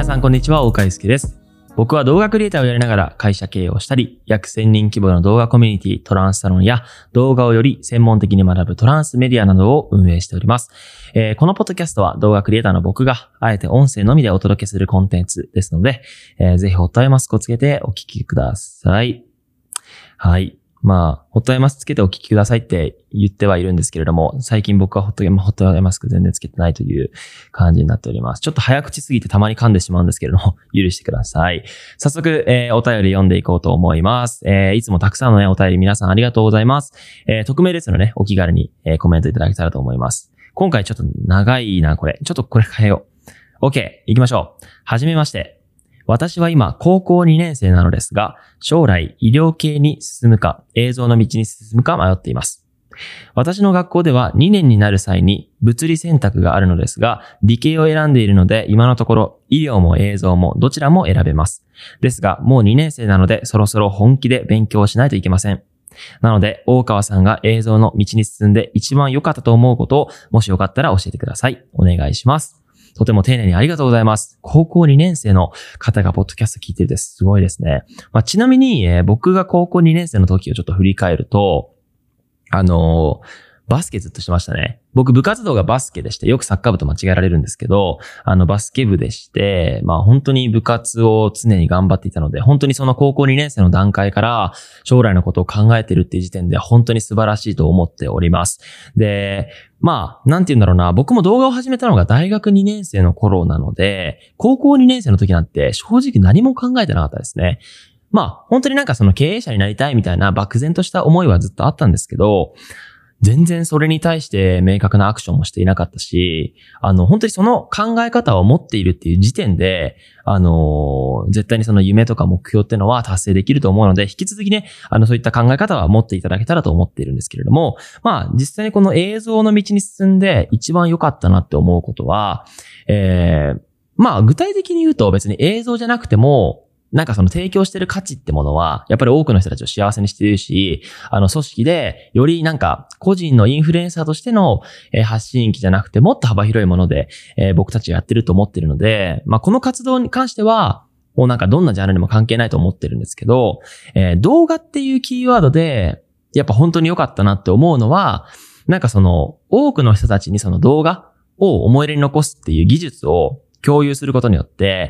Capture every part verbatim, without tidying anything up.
さんこんにちは、大川祐介です。僕は動画クリエイターをやりながら会社経営をしたり、約せんにん規模の動画コミュニティトランスサロンや動画をより専門的に学ぶトランスメディアなどを運営しております。えー、このポッドキャストは動画クリエイターの僕があえて音声のみでお届けするコンテンツですので、えー、ぜひホットアイマスクをつけてお聞きください。はい。まあ、ホットアイマスクつけてお聞きくださいって言ってはいるんですけれども、最近僕はホット、ホットアイマスク全然つけてないという感じになっております。ちょっと早口すぎてたまに噛んでしまうんですけれども、許してください。早速、えー、お便り読んでいこうと思います。えー、いつもたくさんのね、お便り皆さんありがとうございます。えー、匿名ですのでね、お気軽に、えー、コメントいただけたらと思います。今回ちょっと長いな、これ。ちょっとこれ変えよう。OK、行きましょう。はじめまして。私は今高校にねん生なのですが、将来医療系に進むか映像の道に進むか迷っています。私の学校ではにねんになる際に物理選択があるのですが、理系を選んでいるので今のところ医療も映像もどちらも選べます。ですがもうにねん生なのでそろそろ本気で勉強しないといけません。なので大川さんが映像の道に進んで一番良かったと思うことをもしよかったら教えてください。お願いします。とても丁寧にありがとうございます。高校にねん生の方がポッドキャスト聞いてるってすごいですね。まあ、ちなみに、えー、僕が高校にねん生の時をちょっと振り返ると、あのー、バスケずっとしてましたね。僕部活動がバスケでして、よくサッカー部と間違えられるんですけど、あのバスケ部でして、まあ本当に部活を常に頑張っていたので、本当にその高校にねん生の段階から将来のことを考えてるっていう時点で本当に素晴らしいと思っております。で、まあ、なんて言うんだろうな、僕も動画を始めたのが大学にねん生の頃なので、高校にねん生の時なんて正直何も考えてなかったですね。まあ、本当になんかその経営者になりたいみたいな漠然とした思いはずっとあったんですけど、全然それに対して明確なアクションもしていなかったし、あの、本当にその考え方を持っているっていう時点で、あの、絶対にその夢とか目標っていうのは達成できると思うので、引き続きね、あの、そういった考え方は持っていただけたらと思っているんですけれども、まあ、実際にこの映像の道に進んで一番良かったなって思うことは、えー、まあ、具体的に言うと別に映像じゃなくても、なんかその提供してる価値ってものは、やっぱり多くの人たちを幸せにしているし、あの組織でよりなんか個人のインフルエンサーとしての発信機じゃなくてもっと幅広いもので僕たちがやってると思ってるので、まあこの活動に関しては、もうなんかどんなジャンルにも関係ないと思ってるんですけど、えー、動画っていうキーワードで、やっぱ本当に良かったなって思うのは、なんかその多くの人たちにその動画を思い出に残すっていう技術を共有することによって、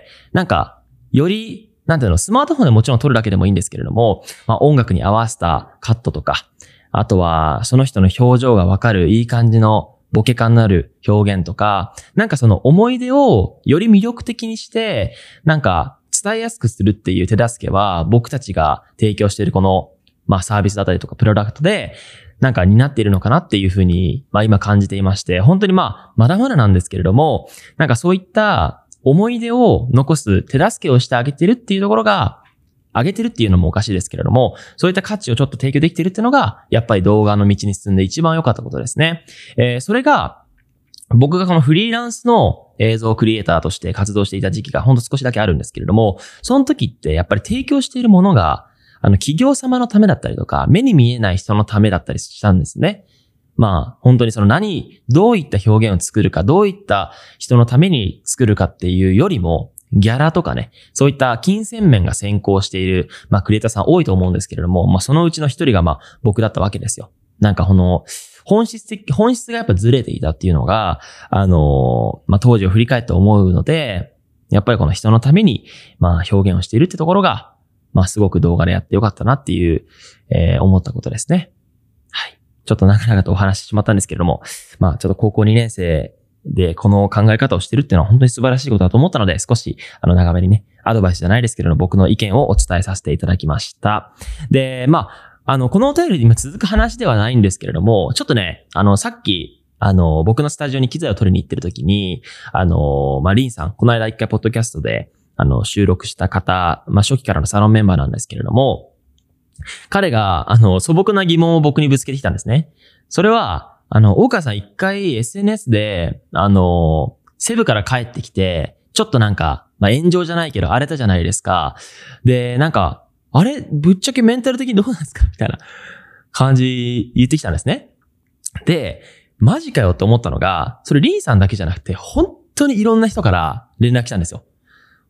なんかよりなんていうの、スマートフォンでもちろん撮るだけでもいいんですけれども、まあ音楽に合わせたカットとか、あとはその人の表情がわかるいい感じのボケ感のある表現とか、なんかその思い出をより魅力的にして、なんか伝えやすくするっていう手助けは僕たちが提供しているこの、まあサービスだったりとかプロダクトで、なんか担っているのかなっていうふうに、まあ今感じていまして、本当にまあまだまだなんですけれども、なんかそういった思い出を残す手助けをしてあげてるっていうところが、あげてるっていうのもおかしいですけれども、そういった価値をちょっと提供できてるっていうのが、やっぱり動画の道に進んで一番良かったことですね。えー、それが、僕がこのフリーランスの映像クリエイターとして活動していた時期がほんと少しだけあるんですけれども、その時ってやっぱり提供しているものが、あの企業様のためだったりとか、目に見えない人のためだったりしたんですね。まあ、本当にその何、どういった表現を作るか、どういった人のために作るかっていうよりも、ギャラとかね、そういった金銭面が先行している、まあ、クリエイターさん多いと思うんですけれども、まあ、そのうちの一人がまあ、僕だったわけですよ。なんかこの、本質的、本質がやっぱずれていたっていうのが、あの、まあ、当時を振り返って思うので、やっぱりこの人のために、まあ、表現をしているってところが、まあ、すごく動画でやってよかったなっていう、えー、思ったことですね。はい。ちょっと長々とお話ししてしまったんですけれども、まあちょっと高校にねん生でこの考え方をしてるっていうのは本当に素晴らしいことだと思ったので、少しあの長めにね、アドバイスじゃないですけれども、僕の意見をお伝えさせていただきました。で、まあ、あの、このお便りで今続く話ではないんですけれども、ちょっとね、あの、さっき、あの、僕のスタジオに機材を取りに行ってる時に、あの、まあ、リンさん、この間一回ポッドキャストで、あの、収録した方、まあ、初期からのサロンメンバーなんですけれども、彼が、あの、素朴な疑問を僕にぶつけてきたんですね。それは、あの、大川さん一回 エスエヌエス で、あの、セブから帰ってきて、ちょっとなんか、まあ、炎上じゃないけど荒れたじゃないですか。で、なんか、あれぶっちゃけメンタル的にどうなんですかみたいな感じ言ってきたんですね。で、マジかよって思ったのが、それリンさんだけじゃなくて、本当にいろんな人から連絡来たんですよ。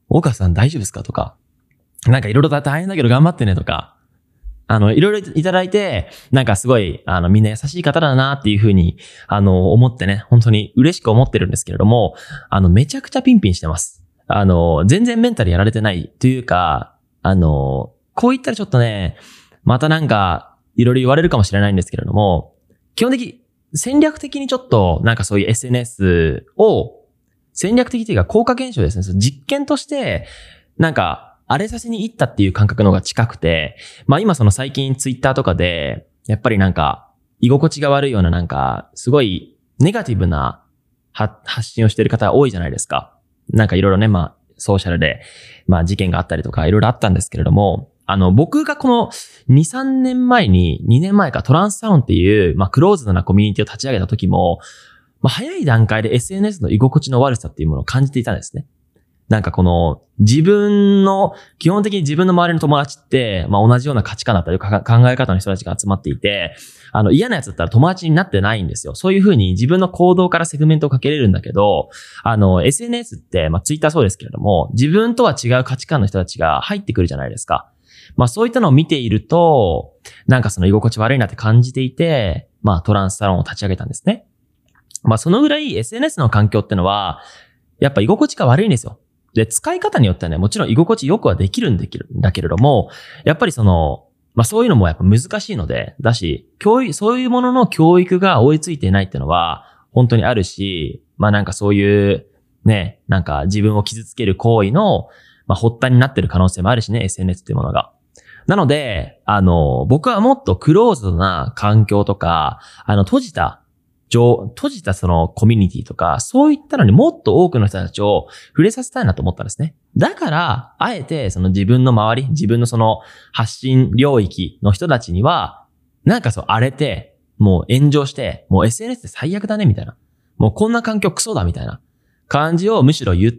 大川さん大丈夫ですかとか、なんかいろいろ大変だけど頑張ってねとか、あの、いろいろいただいて、なんかすごい、あの、みんな優しい方だなっていうふうに、あの、思ってね、本当に嬉しく思ってるんですけれども、あの、めちゃくちゃピンピンしてます。あの、全然メンタルやられてないというか、あの、こう言ったらちょっとね、またなんか、いろいろ言われるかもしれないんですけれども、基本的に、戦略的にちょっと、なんかそういう エスエヌエス を、戦略的というか効果検証ですね、実験として、なんか、荒れさせに行ったっていう感覚の方が近くて、まあ今その最近ツイッターとかで、やっぱりなんか、居心地が悪いようななんか、すごいネガティブな発信をしている方多いじゃないですか。なんかいろいろね、まあ、ソーシャルで、まあ事件があったりとかいろいろあったんですけれども、あの、僕がこのに、さんねんまえに、にねんまえかトランスサロンっていう、まあクローズドなコミュニティを立ち上げた時も、まあ早い段階で エスエヌエス の居心地の悪さっていうものを感じていたんですね。なんかこの自分の、基本的に自分の周りの友達って、まあ同じような価値観だったり考え方の人たちが集まっていて、あの嫌なやつだったら友達になってないんですよ。そういうふうに自分の行動からセグメントをかけれるんだけど、あの エスエヌエス って、まあ Twitter そうですけれども、自分とは違う価値観の人たちが入ってくるじゃないですか。まあそういったのを見ていると、なんかその居心地悪いなって感じていて、まあトランスサロンを立ち上げたんですね。まあそのぐらい エスエヌエス の環境ってのは、やっぱ居心地が悪いんですよ。で、使い方によってはね、もちろん居心地よくはできるんできるんだけれども、やっぱりその、まあそういうのもやっぱ難しいので、だし、教育、そういうものの教育が追いついていないっていうのは、本当にあるし、まあなんかそういう、ね、なんか自分を傷つける行為の、まあ発端になってる可能性もあるしね、エスエヌエス っていうものが。なので、あの、僕はもっとクローズドな環境とか、あの、閉じた、閉じたそのコミュニティとか、そういったのにもっと多くの人たちを触れさせたいなと思ったんですね。だから、あえてその自分の周り、自分のその発信領域の人たちには、なんかそう荒れて、もう炎上して、もう エスエヌエス って最悪だねみたいな。もうこんな環境クソだみたいな感じをむしろ言って、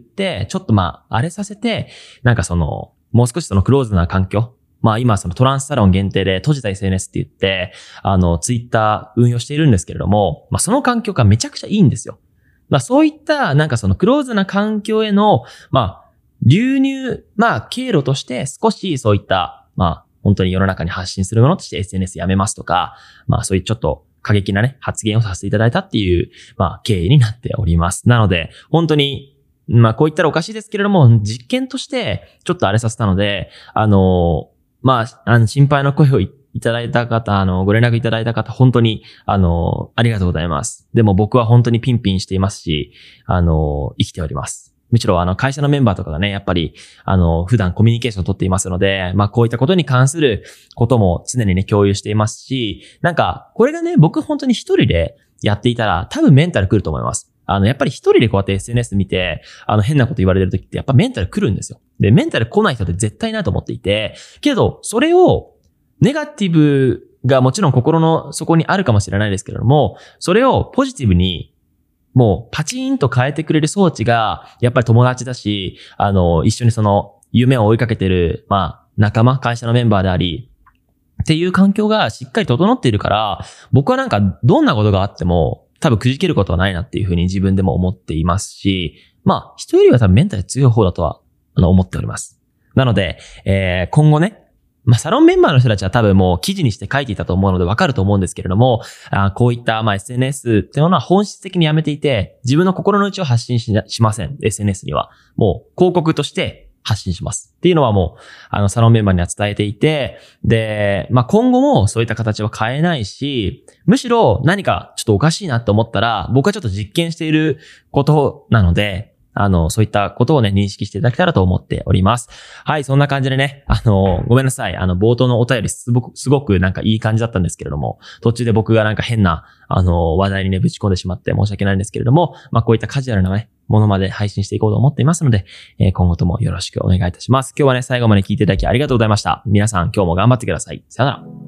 ちょっとまあ荒れさせて、なんかその、もう少しそのクローズな環境、まあ今そのトランスサロン限定で閉じた エスエヌエス って言って、あのツイッター運用しているんですけれども、まあその環境がめちゃくちゃいいんですよ。まあそういったなんかそのクローズな環境への、まあ流入、まあ経路として少しそういった、まあ本当に世の中に発信するものとして エスエヌエス やめますとか、まあそういうちょっと過激なね、発言をさせていただいたっていう、まあ経緯になっております。なので、本当にまあこう言ったらおかしいですけれども、実験としてちょっと荒れさせたので、あの、まあ、あの、心配の声をいただいた方、あの、ご連絡いただいた方、本当に、あの、ありがとうございます。でも僕は本当にピンピンしていますし、あの、生きております。むしろ、あの、会社のメンバーとかがね、やっぱり、あの、普段コミュニケーションを取っていますので、まあ、こういったことに関することも常にね、共有していますし、なんか、これがね、僕本当に一人でやっていたら、多分メンタル来ると思います。あの、やっぱり一人でこうやって エスエヌエス 見て、あの、変なこと言われてる時ってやっぱメンタル来るんですよ。で、メンタル来ない人って絶対ないと思っていて、けど、それを、ネガティブがもちろん心の底にあるかもしれないですけれども、それをポジティブに、もうパチンと変えてくれる装置が、やっぱり友達だし、あの、一緒にその、夢を追いかけてる、まあ、仲間、会社のメンバーであり、っていう環境がしっかり整っているから、僕はなんか、どんなことがあっても、多分くじけることはないなっていうふうに自分でも思っていますし、まあ、人よりは多分メンタル強い方だとは、あの、思っております。なので、えー、今後ね、まあ、サロンメンバーの人たちは多分もう記事にして書いていたと思うのでわかると思うんですけれども、あこういった、まあ、エスエヌエス っていうのは本質的にやめていて、自分の心の内を発信しな、しません。エスエヌエス には。もう、広告として発信します。っていうのはもう、あの、サロンメンバーには伝えていて、で、まあ、今後もそういった形は変えないし、むしろ何かちょっとおかしいなと思ったら、僕はちょっと実験していることなので、あの、そういったことをね、認識していただけたらと思っております。はい、そんな感じでね、あの、ごめんなさい。あの、冒頭のお便りすごく、すごくなんかいい感じだったんですけれども、途中で僕がなんか変な、あの、話題にね、ぶち込んでしまって申し訳ないんですけれども、まあ、こういったカジュアルなね、ものまで配信していこうと思っていますので、えー、今後ともよろしくお願いいたします。今日はね、最後まで聞いていただきありがとうございました。皆さん、今日も頑張ってください。さよなら。